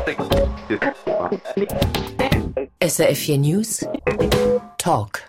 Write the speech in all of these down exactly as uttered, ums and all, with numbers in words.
S R F vier News Talk.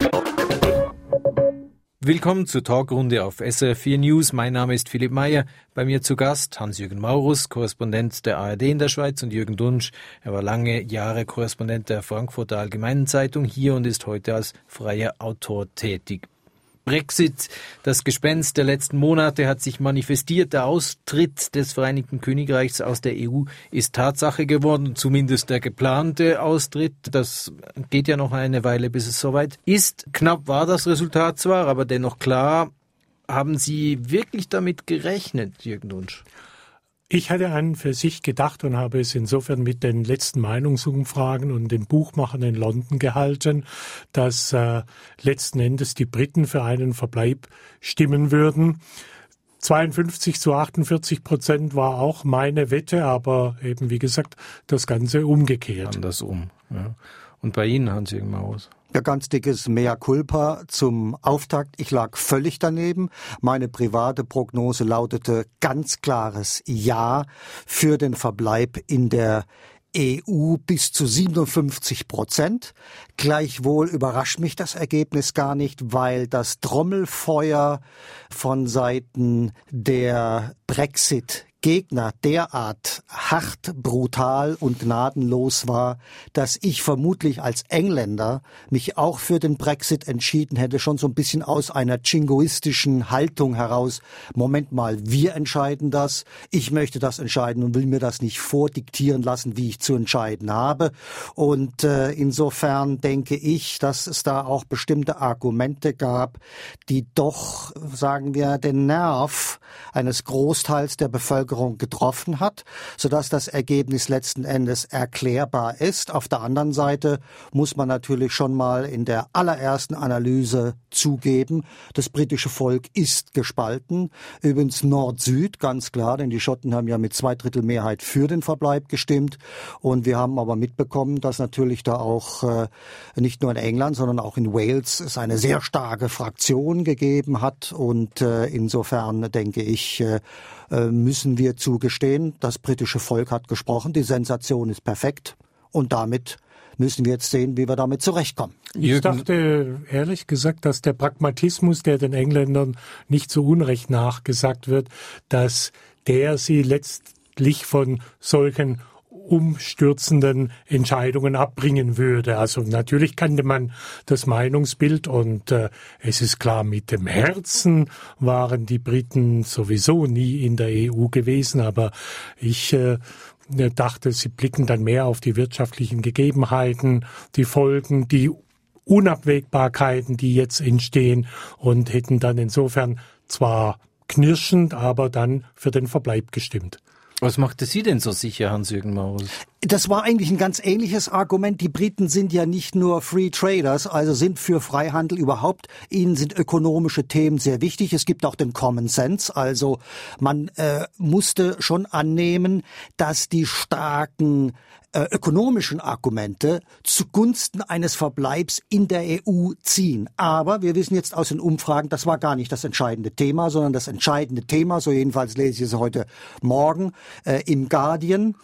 Willkommen zur Talkrunde auf S R F vier News. Mein Name ist Philipp Meyer. Bei mir zu Gast Hans-Jürgen Maurus, Korrespondent der A R D in der Schweiz, und Jürgen Dunsch. Er war lange Jahre Korrespondent der Frankfurter Allgemeinen Zeitung hier und ist heute als freier Autor tätig. Brexit, das Gespenst der letzten Monate, hat sich manifestiert. Der Austritt des Vereinigten Königreichs aus der E U ist Tatsache geworden, zumindest der geplante Austritt. Das geht ja noch eine Weile, bis es soweit ist. Knapp war das Resultat zwar, aber dennoch klar. Haben Sie wirklich damit gerechnet, Jürgen Dunsch? Ich hatte an für sich gedacht und habe es insofern mit den letzten Meinungsumfragen und den Buchmachern in London gehalten, dass äh, letzten Endes die Briten für einen Verbleib stimmen würden. zweiundfünfzig zu achtundvierzig Prozent war auch meine Wette, aber eben wie gesagt das Ganze umgekehrt. Andersrum, ja. Und bei Ihnen, Hans-Jürgen Maurus? Ja, ganz dickes Mea culpa zum Auftakt. Ich lag völlig daneben. Meine private Prognose lautete ganz klares Ja für den Verbleib in der E U bis zu siebenundfünfzig Prozent. Gleichwohl überrascht mich das Ergebnis gar nicht, weil das Trommelfeuer von Seiten der Brexit Gegner derart hart, brutal und gnadenlos war, dass ich vermutlich als Engländer mich auch für den Brexit entschieden hätte, schon so ein bisschen aus einer jingoistischen Haltung heraus. Moment mal, wir entscheiden das, ich möchte das entscheiden und will mir das nicht vordiktieren lassen, wie ich zu entscheiden habe. Und äh, insofern denke ich, dass es da auch bestimmte Argumente gab, die doch, sagen wir, den Nerv eines Großteils der Bevölkerung getroffen hat, sodass das Ergebnis letzten Endes erklärbar ist. Auf der anderen Seite muss man natürlich schon mal in der allerersten Analyse zugeben, das britische Volk ist gespalten. Übrigens Nord-Süd, ganz klar, denn die Schotten haben ja mit zwei Drittel Mehrheit für den Verbleib gestimmt. Und wir haben aber mitbekommen, dass natürlich da auch äh, nicht nur in England, sondern auch in Wales es eine sehr starke Fraktion gegeben hat. Und äh, insofern denke ich, äh, müssen wir zugestehen, das britische Volk hat gesprochen, die Sensation ist perfekt und damit müssen wir jetzt sehen, wie wir damit zurechtkommen. Ich dachte ehrlich gesagt, dass der Pragmatismus, der den Engländern nicht zu Unrecht nachgesagt wird, dass der sie letztlich von solchen umstürzenden Entscheidungen abbringen würde. Also natürlich kannte man das Meinungsbild und äh, es ist klar, mit dem Herzen waren die Briten sowieso nie in der E U gewesen, aber ich äh, dachte, sie blicken dann mehr auf die wirtschaftlichen Gegebenheiten, die Folgen, die Unabwägbarkeiten, die jetzt entstehen, und hätten dann insofern zwar knirschend, aber dann für den Verbleib gestimmt. Was machte Sie denn so sicher, Hans-Jürgen Maurus? Das war eigentlich ein ganz ähnliches Argument. Die Briten sind ja nicht nur Free Traders, also sind für Freihandel überhaupt. Ihnen sind ökonomische Themen sehr wichtig. Es gibt auch den Common Sense. Also man äh, musste schon annehmen, dass die starken äh, ökonomischen Argumente zugunsten eines Verbleibs in der E U ziehen. Aber wir wissen jetzt aus den Umfragen, das war gar nicht das entscheidende Thema, sondern das entscheidende Thema, so jedenfalls lese ich es heute Morgen äh, im Guardian,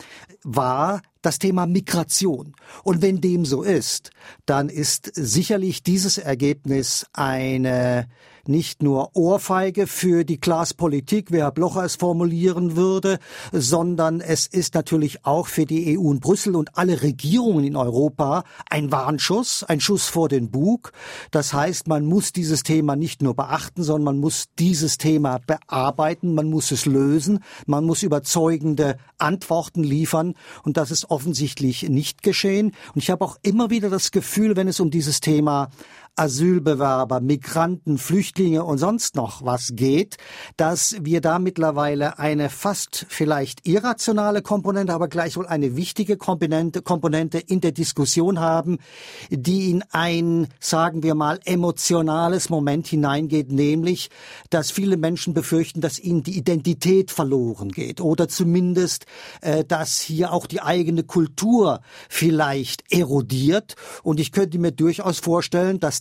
war das Thema Migration. Und wenn dem so ist, dann ist sicherlich dieses Ergebnis eine nicht nur Ohrfeige für die Class-Politik, wie Herr Blocher es formulieren würde, sondern es ist natürlich auch für die E U und Brüssel und alle Regierungen in Europa ein Warnschuss, ein Schuss vor den Bug. Das heißt, man muss dieses Thema nicht nur beachten, sondern man muss dieses Thema bearbeiten, man muss es lösen, man muss überzeugende Antworten liefern, und das ist offensichtlich nicht geschehen. Und ich habe auch immer wieder das Gefühl, wenn es um dieses Thema Asylbewerber, Migranten, Flüchtlinge und sonst noch was geht, dass wir da mittlerweile eine fast vielleicht irrationale Komponente, aber gleichwohl eine wichtige Komponente, Komponente in der Diskussion haben, die in ein, sagen wir mal, emotionales Moment hineingeht, nämlich, dass viele Menschen befürchten, dass ihnen die Identität verloren geht oder zumindest, äh, dass hier auch die eigene Kultur vielleicht erodiert. Und ich könnte mir durchaus vorstellen, dass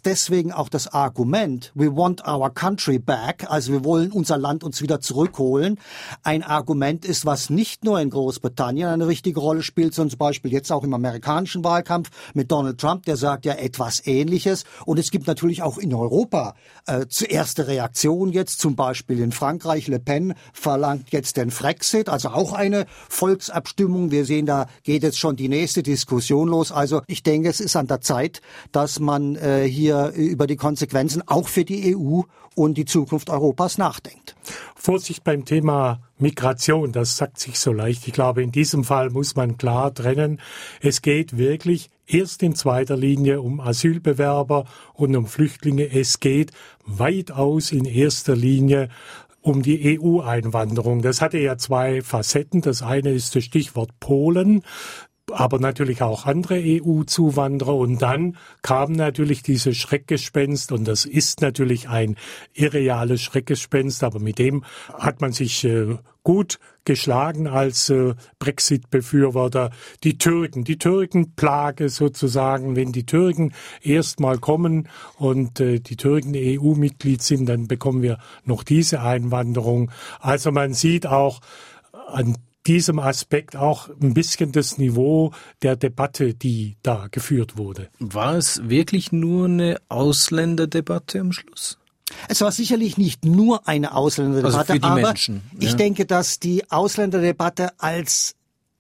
deswegen auch das Argument, we want our country back, also wir wollen unser Land uns wieder zurückholen, ein Argument ist, was nicht nur in Großbritannien eine wichtige Rolle spielt, sondern zum Beispiel jetzt auch im amerikanischen Wahlkampf mit Donald Trump, der sagt ja etwas Ähnliches. Und es gibt natürlich auch in Europa äh, erste Reaktionen jetzt, zum Beispiel in Frankreich. Le Pen verlangt jetzt den Frexit, also auch eine Volksabstimmung. Wir sehen, da geht jetzt schon die nächste Diskussion los. Also ich denke, es ist an der Zeit, dass man äh, hier über die Konsequenzen auch für die E U und die Zukunft Europas nachdenkt. Vorsicht beim Thema Migration, das sagt sich so leicht. Ich glaube, in diesem Fall muss man klar trennen. Es geht wirklich erst in zweiter Linie um Asylbewerber und um Flüchtlinge. Es geht weitaus in erster Linie um die E U-Einwanderung. Das hatte ja zwei Facetten. Das eine ist das Stichwort Polen, aber natürlich auch andere E U-Zuwanderer. Und dann kam natürlich dieses Schreckgespenst, und das ist natürlich ein irreales Schreckgespenst, aber mit dem hat man sich äh, gut geschlagen als äh, Brexit-Befürworter. Die Türken, die Türkenplage sozusagen. Wenn die Türken erstmal kommen und äh, die Türken E U-Mitglied sind, dann bekommen wir noch diese Einwanderung. Also man sieht auch an diesem Aspekt auch ein bisschen das Niveau der Debatte, die da geführt wurde. War es wirklich nur eine Ausländerdebatte am Schluss? Es war sicherlich nicht nur eine Ausländerdebatte, also für die aber Menschen, ja. Ich denke, dass die Ausländerdebatte als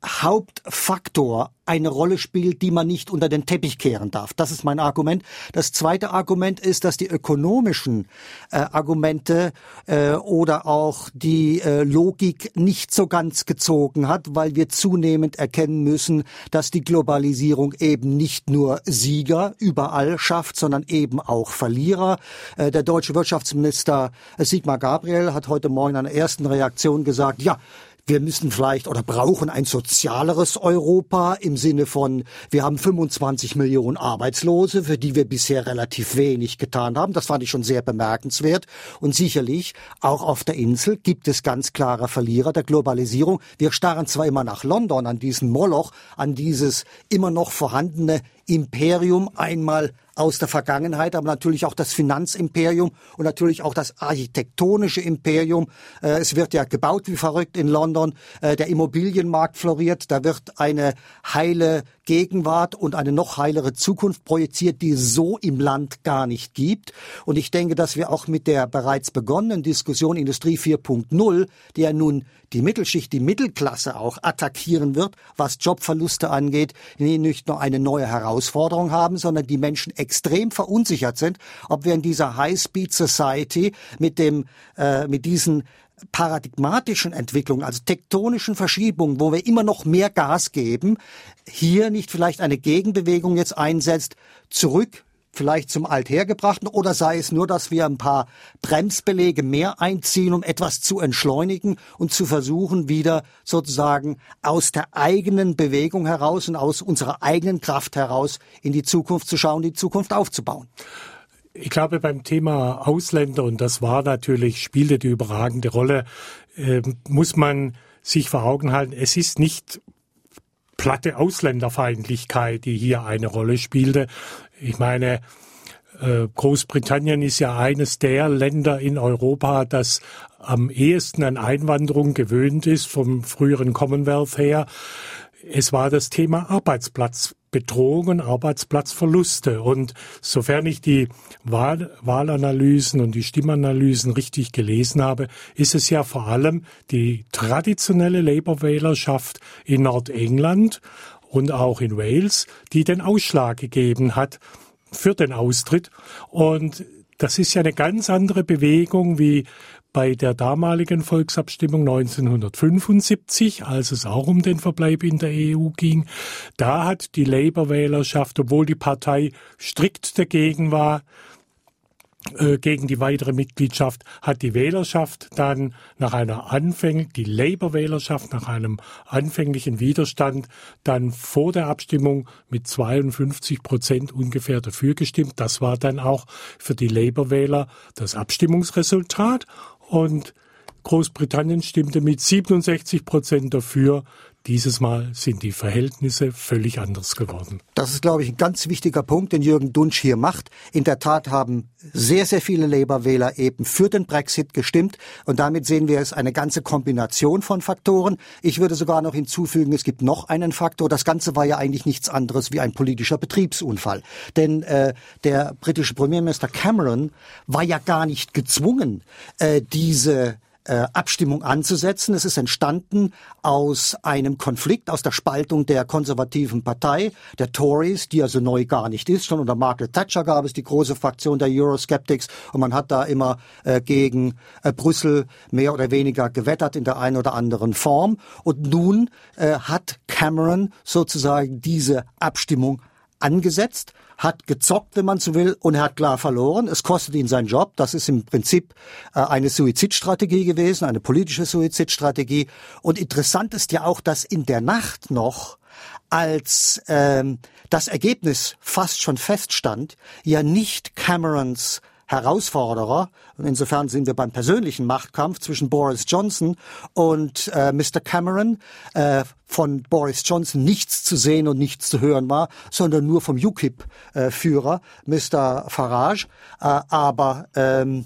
Hauptfaktor eine Rolle spielt, die man nicht unter den Teppich kehren darf. Das ist mein Argument. Das zweite Argument ist, dass die ökonomischen äh, Argumente äh, oder auch die äh, Logik nicht so ganz gezogen hat, weil wir zunehmend erkennen müssen, dass die Globalisierung eben nicht nur Sieger überall schafft, sondern eben auch Verlierer. Äh, der deutsche Wirtschaftsminister Sigmar Gabriel hat heute Morgen in einer ersten Reaktion gesagt, ja, wir müssen vielleicht oder brauchen ein sozialeres Europa im Sinne von, wir haben fünfundzwanzig Millionen Arbeitslose, für die wir bisher relativ wenig getan haben. Das fand ich schon sehr bemerkenswert. Und sicherlich, auch auf der Insel gibt es ganz klare Verlierer der Globalisierung. Wir starren zwar immer nach London, an diesen Moloch, an dieses immer noch vorhandene Imperium, einmal aus der Vergangenheit, aber natürlich auch das Finanzimperium und natürlich auch das architektonische Imperium. Äh, es wird ja gebaut wie verrückt in London. Äh, der Immobilienmarkt floriert. Da wird eine heile Gegenwart und eine noch heilere Zukunft projiziert, die es so im Land gar nicht gibt. Und ich denke, dass wir auch mit der bereits begonnenen Diskussion Industrie vier Punkt null, die ja nun die Mittelschicht, die Mittelklasse auch attackieren wird, was Jobverluste angeht, die nicht nur eine neue Herausforderung haben, sondern die Menschen extrem verunsichert sind, ob wir in dieser High-Speed-Society mit dem, äh, mit diesen paradigmatischen Entwicklungen, also tektonischen Verschiebungen, wo wir immer noch mehr Gas geben, hier nicht vielleicht eine Gegenbewegung jetzt einsetzt, zurück vielleicht zum Althergebrachten, oder sei es nur, dass wir ein paar Bremsbeläge mehr einziehen, um etwas zu entschleunigen und zu versuchen, wieder sozusagen aus der eigenen Bewegung heraus und aus unserer eigenen Kraft heraus in die Zukunft zu schauen, die Zukunft aufzubauen. Ich glaube, beim Thema Ausländer, und das war natürlich, spielte die überragende Rolle, äh, muss man sich vor Augen halten, es ist nicht platte Ausländerfeindlichkeit, die hier eine Rolle spielte. Ich meine, äh, Großbritannien ist ja eines der Länder in Europa, das am ehesten an Einwanderung gewöhnt ist, vom früheren Commonwealth her. Es war das Thema Arbeitsplatzbedrohung und Arbeitsplatzverluste. Und sofern ich die Wahl, Wahlanalysen und die Stimmanalysen richtig gelesen habe, ist es ja vor allem die traditionelle Labour-Wählerschaft in Nordengland und auch in Wales, die den Ausschlag gegeben hat für den Austritt. Und das ist ja eine ganz andere Bewegung wie bei der damaligen Volksabstimmung neunzehnhundertfünfundsiebzig, als es auch um den Verbleib in der E U ging. Da hat die Labour-Wählerschaft, obwohl die Partei strikt dagegen war, äh, gegen die weitere Mitgliedschaft, hat die Wählerschaft dann nach einer Anfäng, die Labour-Wählerschaft nach einem anfänglichen Widerstand dann vor der Abstimmung mit zweiundfünfzig Prozent ungefähr dafür gestimmt. Das war dann auch für die Labour-Wähler das Abstimmungsresultat. Und Großbritannien stimmte mit siebenundsechzig Prozent dafür Dieses Mal sind die Verhältnisse völlig anders geworden. Das ist, glaube ich, ein ganz wichtiger Punkt, den Jürgen Dunsch hier macht. In der Tat haben sehr, sehr viele Labour-Wähler eben für den Brexit gestimmt. Und damit sehen wir es eine ganze Kombination von Faktoren. Ich würde sogar noch hinzufügen, es gibt noch einen Faktor. Das Ganze war ja eigentlich nichts anderes wie ein politischer Betriebsunfall. Denn äh, der britische Premierminister Cameron war ja gar nicht gezwungen, äh, diese Abstimmung anzusetzen. Es ist entstanden aus einem Konflikt, aus der Spaltung der konservativen Partei, der Tories, die also neu gar nicht ist. Schon unter Margaret Thatcher gab es die große Fraktion der Eurosceptics und man hat da immer äh, gegen äh, Brüssel mehr oder weniger gewettert in der einen oder anderen Form. Und nun äh, hat Cameron sozusagen diese Abstimmung angesetzt, hat gezockt, wenn man so will, und er hat klar verloren. Es kostet ihn seinen Job. Das ist im Prinzip äh, eine Suizidstrategie gewesen, eine politische Suizidstrategie. Und interessant ist ja auch, dass in der Nacht noch, als ähm, das Ergebnis fast schon feststand, ja nicht Camerons Herausforderer, und insofern sind wir beim persönlichen Machtkampf zwischen Boris Johnson und äh, Mister Cameron, äh, von Boris Johnson nichts zu sehen und nichts zu hören war, sondern nur vom U K I P-Führer, äh, Mister Farage. Äh, aber ähm,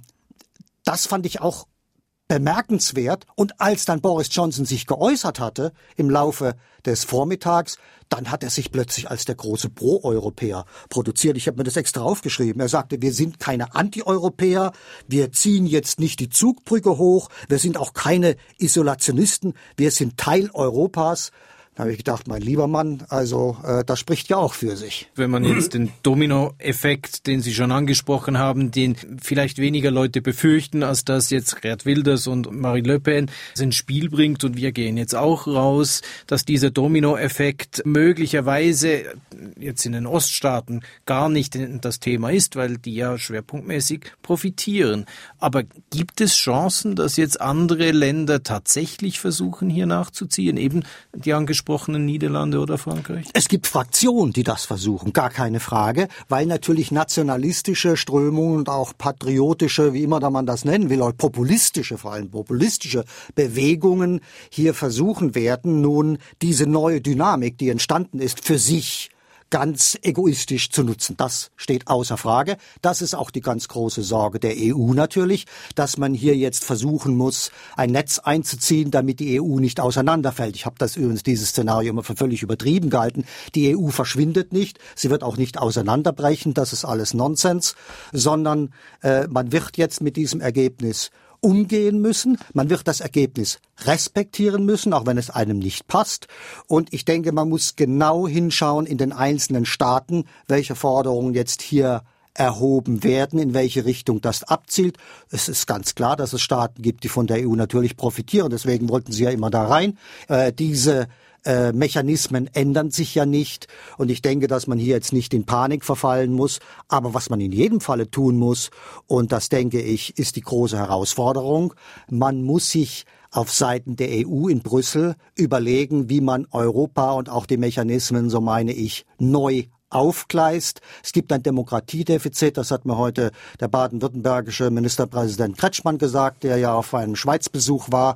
das fand ich auch bemerkenswert. Und als dann Boris Johnson sich geäußert hatte im Laufe des Vormittags, dann hat er sich plötzlich als der große Pro-Europäer produziert. Ich habe mir das extra aufgeschrieben. Er sagte, wir sind keine Anti-Europäer, wir ziehen jetzt nicht die Zugbrücke hoch, wir sind auch keine Isolationisten, wir sind Teil Europas. Da habe ich gedacht, mein lieber Mann, also äh, das spricht ja auch für sich. Wenn man jetzt den Domino-Effekt, den Sie schon angesprochen haben, den vielleicht weniger Leute befürchten, als dass jetzt Geert Wilders und Marine Le Pen ins Spiel bringt und wir gehen jetzt auch raus, dass dieser Domino-Effekt möglicherweise jetzt in den Oststaaten gar nicht das Thema ist, weil die ja schwerpunktmäßig profitieren. Aber gibt es Chancen, dass jetzt andere Länder tatsächlich versuchen, hier nachzuziehen, eben die angesprochenen Niederlande oder Frankreich? Es gibt Fraktionen, die das versuchen, gar keine Frage, weil natürlich nationalistische Strömungen und auch patriotische, wie immer da man das nennen will, auch populistische, vor allem populistische Bewegungen hier versuchen werden, nun diese neue Dynamik, die entstanden ist, für sich ganz egoistisch zu nutzen. Das steht außer Frage. Das ist auch die ganz große Sorge der E U natürlich, dass man hier jetzt versuchen muss, ein Netz einzuziehen, damit die E U nicht auseinanderfällt. Ich habe das übrigens, dieses Szenario immer für völlig übertrieben gehalten. Die E U verschwindet nicht, sie wird auch nicht auseinanderbrechen, das ist alles Nonsens, sondern äh, man wird jetzt mit diesem Ergebnis umgehen müssen. Man wird das Ergebnis respektieren müssen, auch wenn es einem nicht passt. Und ich denke, man muss genau hinschauen in den einzelnen Staaten, welche Forderungen jetzt hier erhoben werden, in welche Richtung das abzielt. Es ist ganz klar, dass es Staaten gibt, die von der E U natürlich profitieren. Deswegen wollten sie ja immer da rein. Äh, diese Äh, Mechanismen ändern sich ja nicht und ich denke, dass man hier jetzt nicht in Panik verfallen muss, aber was man in jedem Falle tun muss, und das denke ich, ist die große Herausforderung, man muss sich auf Seiten der E U in Brüssel überlegen, wie man Europa und auch die Mechanismen, so meine ich, neu aufgleist. Es gibt ein Demokratiedefizit, das hat mir heute der baden-württembergische Ministerpräsident Kretschmann gesagt, der ja auf einem Schweizbesuch war.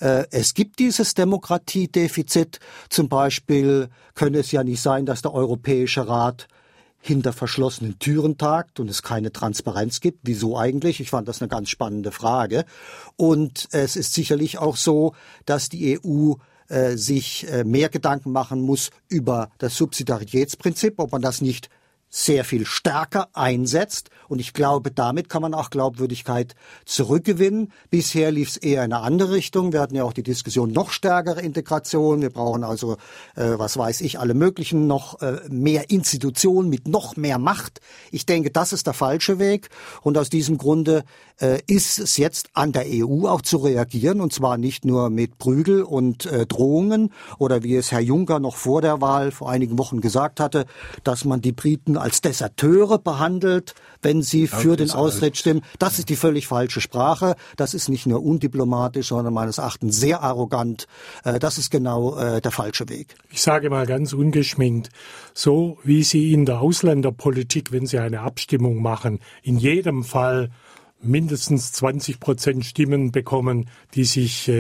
Es gibt dieses Demokratiedefizit. Zum Beispiel könne es ja nicht sein, dass der Europäische Rat hinter verschlossenen Türen tagt und es keine Transparenz gibt. Wieso eigentlich? Ich fand das eine ganz spannende Frage. Und es ist sicherlich auch so, dass die E U äh, sich äh, mehr Gedanken machen muss über das Subsidiaritätsprinzip, ob man das nicht sehr viel stärker einsetzt. Und ich glaube, damit kann man auch Glaubwürdigkeit zurückgewinnen. Bisher lief es eher in eine andere Richtung. Wir hatten ja auch die Diskussion noch stärkere Integration. Wir brauchen also, äh, was weiß ich, alle möglichen noch äh, mehr Institutionen mit noch mehr Macht. Ich denke, das ist der falsche Weg. Und aus diesem Grunde äh, ist es jetzt an der E U auch zu reagieren. Und zwar nicht nur mit Prügel und äh, Drohungen oder wie es Herr Juncker noch vor der Wahl vor einigen Wochen gesagt hatte, dass man die Briten als Deserteure behandelt, wenn sie für den Austritt stimmen. Das ist die völlig falsche Sprache. Das ist nicht nur undiplomatisch, sondern meines Erachtens sehr arrogant. Das ist genau der falsche Weg. Ich sage mal ganz ungeschminkt, so wie Sie in der Ausländerpolitik, wenn Sie eine Abstimmung machen, in jedem Fall mindestens zwanzig Prozent Stimmen bekommen, die sich äh,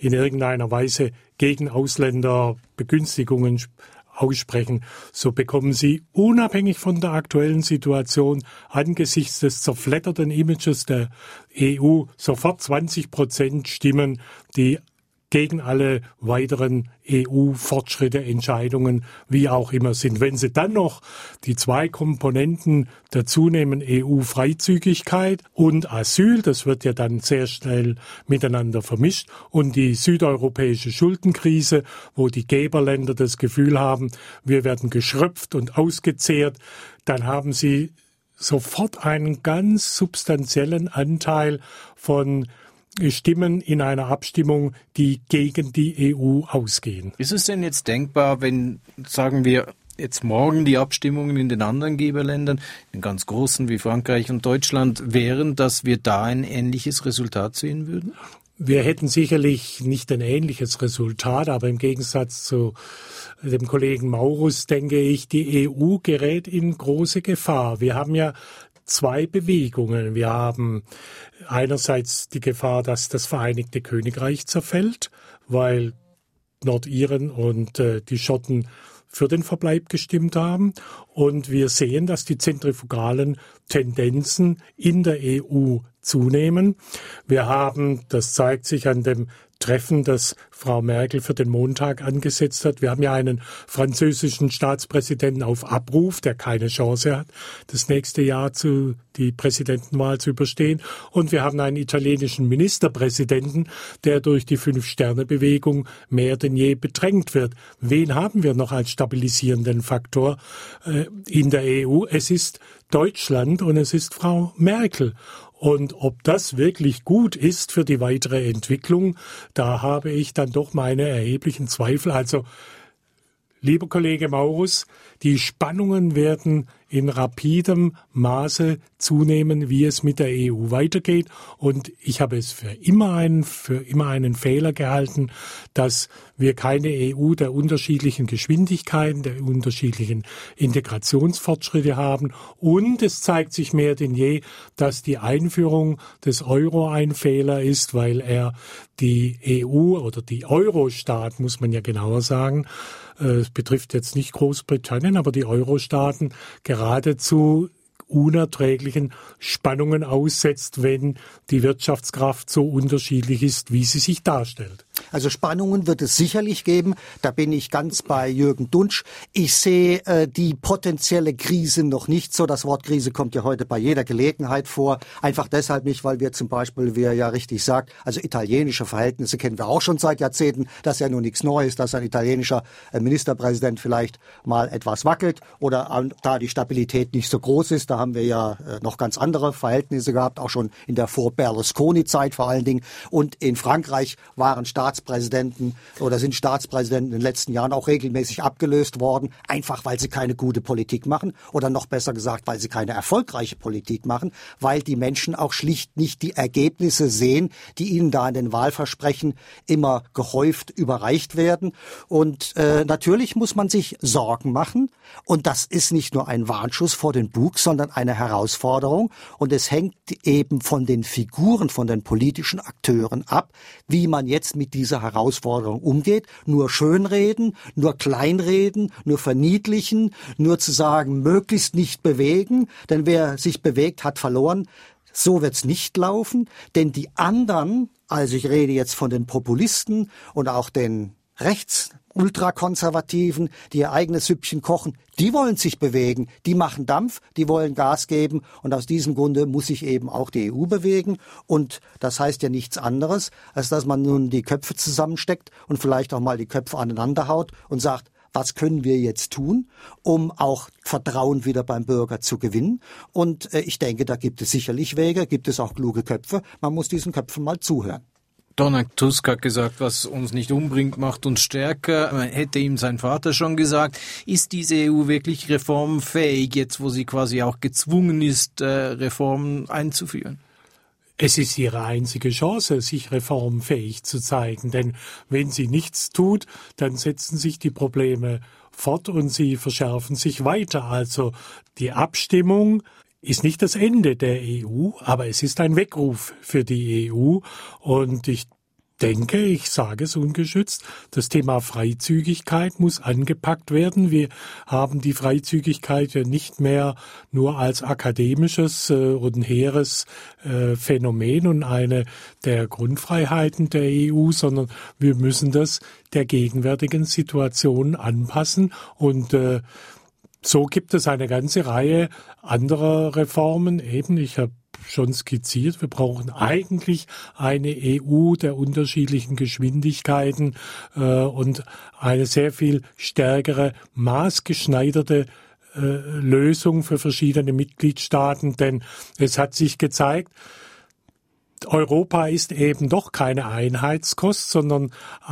in irgendeiner Weise gegen Ausländer Begünstigungen aussprechen, so bekommen sie unabhängig von der aktuellen Situation angesichts des zerfledderten Images der E U sofort zwanzig Prozent Stimmen, die gegen alle weiteren E U-Fortschritte, Entscheidungen, wie auch immer sind. Wenn Sie dann noch die zwei Komponenten dazu nehmen, E U-Freizügigkeit und Asyl, das wird ja dann sehr schnell miteinander vermischt, und die südeuropäische Schuldenkrise, wo die Geberländer das Gefühl haben, wir werden geschröpft und ausgezehrt, dann haben Sie sofort einen ganz substanziellen Anteil von Stimmen in einer Abstimmung, die gegen die E U ausgehen. Ist es denn jetzt denkbar, wenn, sagen wir, jetzt morgen die Abstimmungen in den anderen Geberländern, den ganz großen wie Frankreich und Deutschland, wären, dass wir da ein ähnliches Resultat sehen würden? Wir hätten sicherlich nicht ein ähnliches Resultat, aber im Gegensatz zu dem Kollegen Maurus denke ich, die E U gerät in große Gefahr. Wir haben ja zwei Bewegungen. Wir haben einerseits die Gefahr, dass das Vereinigte Königreich zerfällt, weil Nordiren und äh, die Schotten für den Verbleib gestimmt haben. Und wir sehen, dass die zentrifugalen Tendenzen in der E U zunehmen. Wir haben, das zeigt sich an dem Treffen, das Frau Merkel für den Montag angesetzt hat. Wir haben ja einen französischen Staatspräsidenten auf Abruf, der keine Chance hat, das nächste Jahr zu die Präsidentenwahl zu überstehen. Und wir haben einen italienischen Ministerpräsidenten, der durch die Fünf-Sterne-Bewegung mehr denn je bedrängt wird. Wen haben wir noch als stabilisierenden Faktor äh, in der E U? Es ist Deutschland und es ist Frau Merkel. Und ob das wirklich gut ist für die weitere Entwicklung, da habe ich dann doch meine erheblichen Zweifel. Also, lieber Kollege Maurus, die Spannungen werden in rapidem Maße zunehmen, wie es mit der E U weitergeht. Und ich habe es für immer einen, für immer einen Fehler gehalten, dass wir keine E U der unterschiedlichen Geschwindigkeiten, der unterschiedlichen Integrationsfortschritte haben. Und es zeigt sich mehr denn je, dass die Einführung des Euro ein Fehler ist, weil er die E U oder die Eurostaaten, muss man ja genauer sagen, es betrifft jetzt nicht Großbritannien, aber die Eurostaaten geradezu unerträglichen Spannungen aussetzt, wenn die Wirtschaftskraft so unterschiedlich ist, wie sie sich darstellt. Also Spannungen wird es sicherlich geben. Da bin ich ganz bei Jürgen Dunsch. Ich sehe äh, die potenzielle Krise noch nicht so. Das Wort Krise kommt ja heute bei jeder Gelegenheit vor. Einfach deshalb nicht, weil wir zum Beispiel, wie er ja richtig sagt, also italienische Verhältnisse kennen wir auch schon seit Jahrzehnten. Das ist ja nur nichts Neues, dass ein italienischer äh, Ministerpräsident vielleicht mal etwas wackelt oder äh, da die Stabilität nicht so groß ist. Da haben wir ja äh, noch ganz andere Verhältnisse gehabt, auch schon in der Vor-Berlusconi-Zeit vor allen Dingen. Und in Frankreich waren Staatspräsidenten oder sind Staatspräsidenten in den letzten Jahren auch regelmäßig abgelöst worden, einfach weil sie keine gute Politik machen oder noch besser gesagt, weil sie keine erfolgreiche Politik machen, weil die Menschen auch schlicht nicht die Ergebnisse sehen, die ihnen da in den Wahlversprechen immer gehäuft überreicht werden. Und äh, natürlich muss man sich Sorgen machen und das ist nicht nur ein Warnschuss vor den Bug, sondern eine Herausforderung und es hängt eben von den Figuren, von den politischen Akteuren ab, wie man jetzt mit dieser Herausforderung umgeht. Nur schönreden, nur kleinreden, nur verniedlichen, nur zu sagen, möglichst nicht bewegen, denn wer sich bewegt, hat verloren. So wird's nicht laufen, denn die anderen, also ich rede jetzt von den Populisten und auch den Rechts Ultrakonservativen, die ihr eigenes Süppchen kochen, die wollen sich bewegen, die machen Dampf, die wollen Gas geben und aus diesem Grunde muss sich eben auch die E U bewegen und das heißt ja nichts anderes, als dass man nun die Köpfe zusammensteckt und vielleicht auch mal die Köpfe aneinander haut und sagt, was können wir jetzt tun, um auch Vertrauen wieder beim Bürger zu gewinnen? Und äh, ich denke, da gibt es sicherlich Wege, gibt es auch kluge Köpfe, man muss diesen Köpfen mal zuhören. Donald Tusk hat gesagt, was uns nicht umbringt, macht uns stärker. Hätte ihm sein Vater schon gesagt. Ist diese E U wirklich reformfähig, jetzt wo sie quasi auch gezwungen ist, Reformen einzuführen? Es ist ihre einzige Chance, sich reformfähig zu zeigen. Denn wenn sie nichts tut, dann setzen sich die Probleme fort und sie verschärfen sich weiter. Also die Abstimmung ist nicht das Ende der E U, aber es ist ein Weckruf für die E U und ich denke, ich sage es ungeschützt, das Thema Freizügigkeit muss angepackt werden. Wir haben die Freizügigkeit ja nicht mehr nur als akademisches äh, und hehres äh, Phänomen und eine der Grundfreiheiten der E U, sondern wir müssen das der gegenwärtigen Situation anpassen. Und äh, so gibt es eine ganze Reihe anderer Reformen. Eben, ich habe schon skizziert, wir brauchen eigentlich eine E U der unterschiedlichen Geschwindigkeiten äh, und eine sehr viel stärkere, maßgeschneiderte äh, Lösung für verschiedene Mitgliedstaaten, denn es hat sich gezeigt, Europa ist eben doch keine Einheitskost, sondern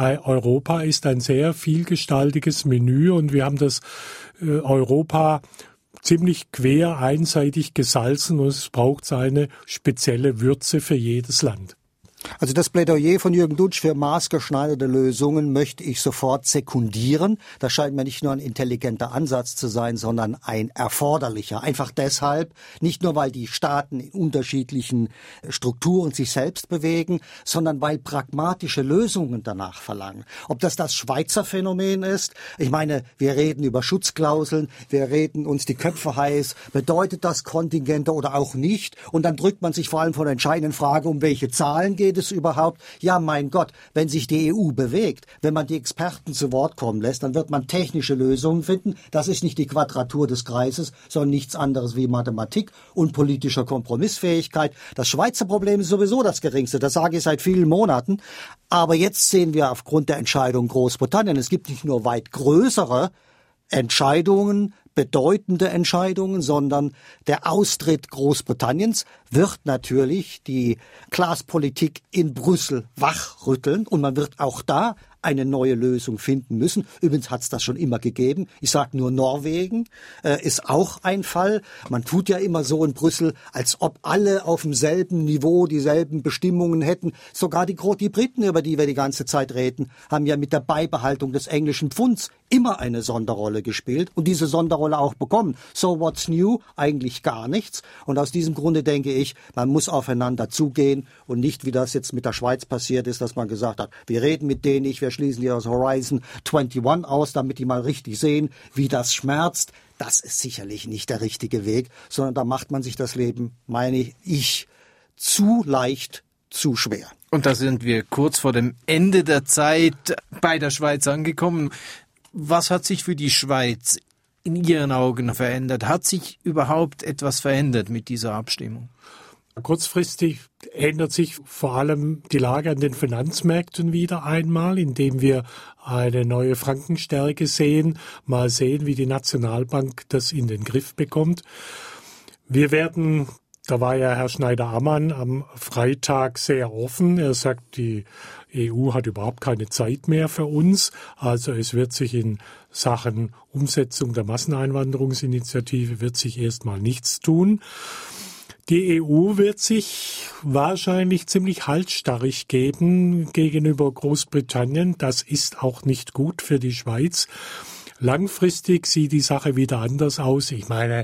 Europa ist ein sehr vielgestaltiges Menü und wir haben das äh, Europa ziemlich quer einseitig gesalzen und es braucht seine spezielle Würze für jedes Land. Also das Plädoyer von Jürgen Dunsch für maßgeschneiderte Lösungen möchte ich sofort sekundieren. Das scheint mir nicht nur ein intelligenter Ansatz zu sein, sondern ein erforderlicher. Einfach deshalb, nicht nur weil die Staaten in unterschiedlichen Strukturen sich selbst bewegen, sondern weil pragmatische Lösungen danach verlangen. Ob das das Schweizer Phänomen ist, ich meine, wir reden über Schutzklauseln, wir reden uns die Köpfe heiß, bedeutet das Kontingente oder auch nicht? Und dann drückt man sich vor allem vor der entscheidenden Frage, um welche Zahlen geht es überhaupt? Ja, mein Gott, wenn sich die E U bewegt, wenn man die Experten zu Wort kommen lässt, dann wird man technische Lösungen finden. Das ist nicht die Quadratur des Kreises, sondern nichts anderes wie Mathematik und politischer Kompromissfähigkeit. Das Schweizer Problem ist sowieso das geringste, das sage ich seit vielen Monaten. Aber jetzt sehen wir aufgrund der Entscheidung Großbritannien, es gibt nicht nur weit größere Entscheidungen, bedeutende Entscheidungen, sondern der Austritt Großbritanniens wird natürlich die Glaspolitik in Brüssel wachrütteln und man wird auch da eine neue Lösung finden müssen. Übrigens hat es das schon immer gegeben. Ich sage nur Norwegen äh, ist auch ein Fall. Man tut ja immer so in Brüssel, als ob alle auf demselben Niveau dieselben Bestimmungen hätten. Sogar die, die Briten, über die wir die ganze Zeit reden, haben ja mit der Beibehaltung des englischen Pfunds immer eine Sonderrolle gespielt und diese Sonderrolle auch bekommen. So what's new? Eigentlich gar nichts. Und aus diesem Grunde denke ich, man muss aufeinander zugehen und nicht, wie das jetzt mit der Schweiz passiert ist, dass man gesagt hat, wir reden mit denen nicht, wir schließen die aus Horizon einundzwanzig aus, damit die mal richtig sehen, wie das schmerzt. Das ist sicherlich nicht der richtige Weg, sondern da macht man sich das Leben, meine ich, zu leicht, zu schwer. Und da sind wir kurz vor dem Ende der Zeit bei der Schweiz angekommen. Was hat sich für die Schweiz in Ihren Augen verändert? Hat sich überhaupt etwas verändert mit dieser Abstimmung? Kurzfristig ändert sich vor allem die Lage an den Finanzmärkten wieder einmal, indem wir eine neue Frankenstärke sehen. Mal sehen, wie die Nationalbank das in den Griff bekommt. Wir werden, da war ja Herr Schneider-Ammann am Freitag sehr offen. Er sagt, die E U hat überhaupt keine Zeit mehr für uns. Also es wird sich in Sachen Umsetzung der Masseneinwanderungsinitiative wird sich erstmal nichts tun. Die E U wird sich wahrscheinlich ziemlich halsstarrig geben gegenüber Großbritannien. Das ist auch nicht gut für die Schweiz. Langfristig sieht die Sache wieder anders aus. Ich meine,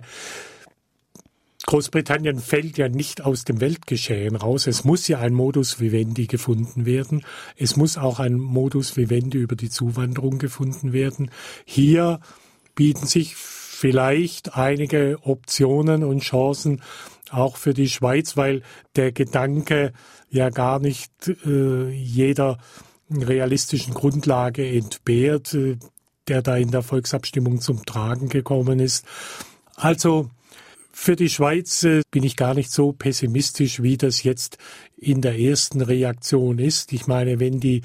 Großbritannien fällt ja nicht aus dem Weltgeschehen raus. Es muss ja ein Modus vivendi gefunden werden. Es muss auch ein Modus vivendi über die Zuwanderung gefunden werden. Hier bieten sich vielleicht einige Optionen und Chancen auch für die Schweiz, weil der Gedanke ja gar nicht äh, jeder realistischen Grundlage entbehrt, äh, der da in der Volksabstimmung zum Tragen gekommen ist. Also für die Schweiz äh, bin ich gar nicht so pessimistisch, wie das jetzt in der ersten Reaktion ist. Ich meine, wenn die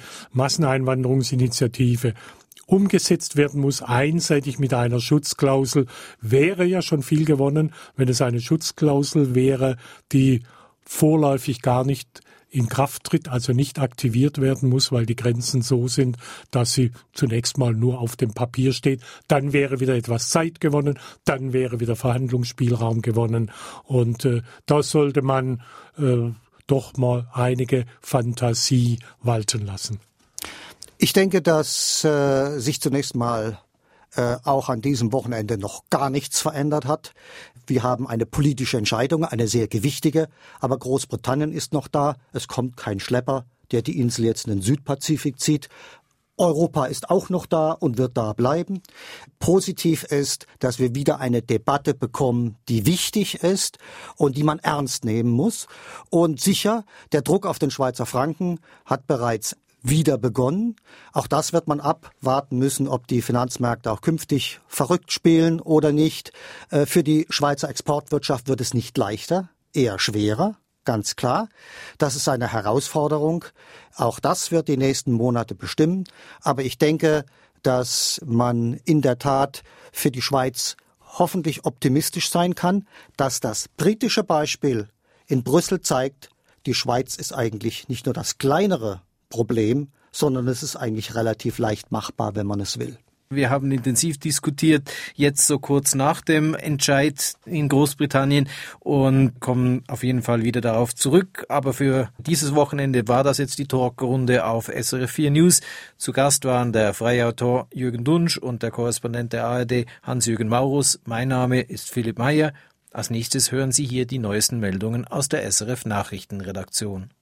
Masseneinwanderungsinitiative umgesetzt werden muss, einseitig mit einer Schutzklausel, wäre ja schon viel gewonnen, wenn es eine Schutzklausel wäre, die vorläufig gar nicht in Kraft tritt, also nicht aktiviert werden muss, weil die Grenzen so sind, dass sie zunächst mal nur auf dem Papier steht. Dann wäre wieder etwas Zeit gewonnen, dann wäre wieder Verhandlungsspielraum gewonnen. Und äh, da sollte man äh, doch mal einige Fantasie walten lassen. Ich denke, dass äh, sich zunächst mal äh, auch an diesem Wochenende noch gar nichts verändert hat. Wir haben eine politische Entscheidung, eine sehr gewichtige, aber Großbritannien ist noch da. Es kommt kein Schlepper. der die Insel jetzt in den Südpazifik zieht. Europa ist auch noch da und wird da bleiben. Positiv ist, dass wir wieder eine Debatte bekommen, die wichtig ist und die man ernst nehmen muss. Und sicher, der Druck auf den Schweizer Franken hat bereits wieder begonnen. Auch das wird man abwarten müssen, ob die Finanzmärkte auch künftig verrückt spielen oder nicht. Für die Schweizer Exportwirtschaft wird es nicht leichter, eher schwerer. Ganz klar, das ist eine Herausforderung. Auch das wird die nächsten Monate bestimmen. Aber ich denke, dass man in der Tat für die Schweiz hoffentlich optimistisch sein kann, dass das britische Beispiel in Brüssel zeigt, die Schweiz ist eigentlich nicht nur das kleinere Problem, sondern es ist eigentlich relativ leicht machbar, wenn man es will. Wir haben intensiv diskutiert, jetzt so kurz nach dem Entscheid in Großbritannien und kommen auf jeden Fall wieder darauf zurück. Aber für dieses Wochenende war das jetzt die Talkrunde auf S R F vier News. Zu Gast waren der freie Autor Jürgen Dunsch und der Korrespondent der A R D Hans-Jürgen Maurus. Mein Name ist Philipp Meyer. Als nächstes hören Sie hier die neuesten Meldungen aus der S R F Nachrichtenredaktion.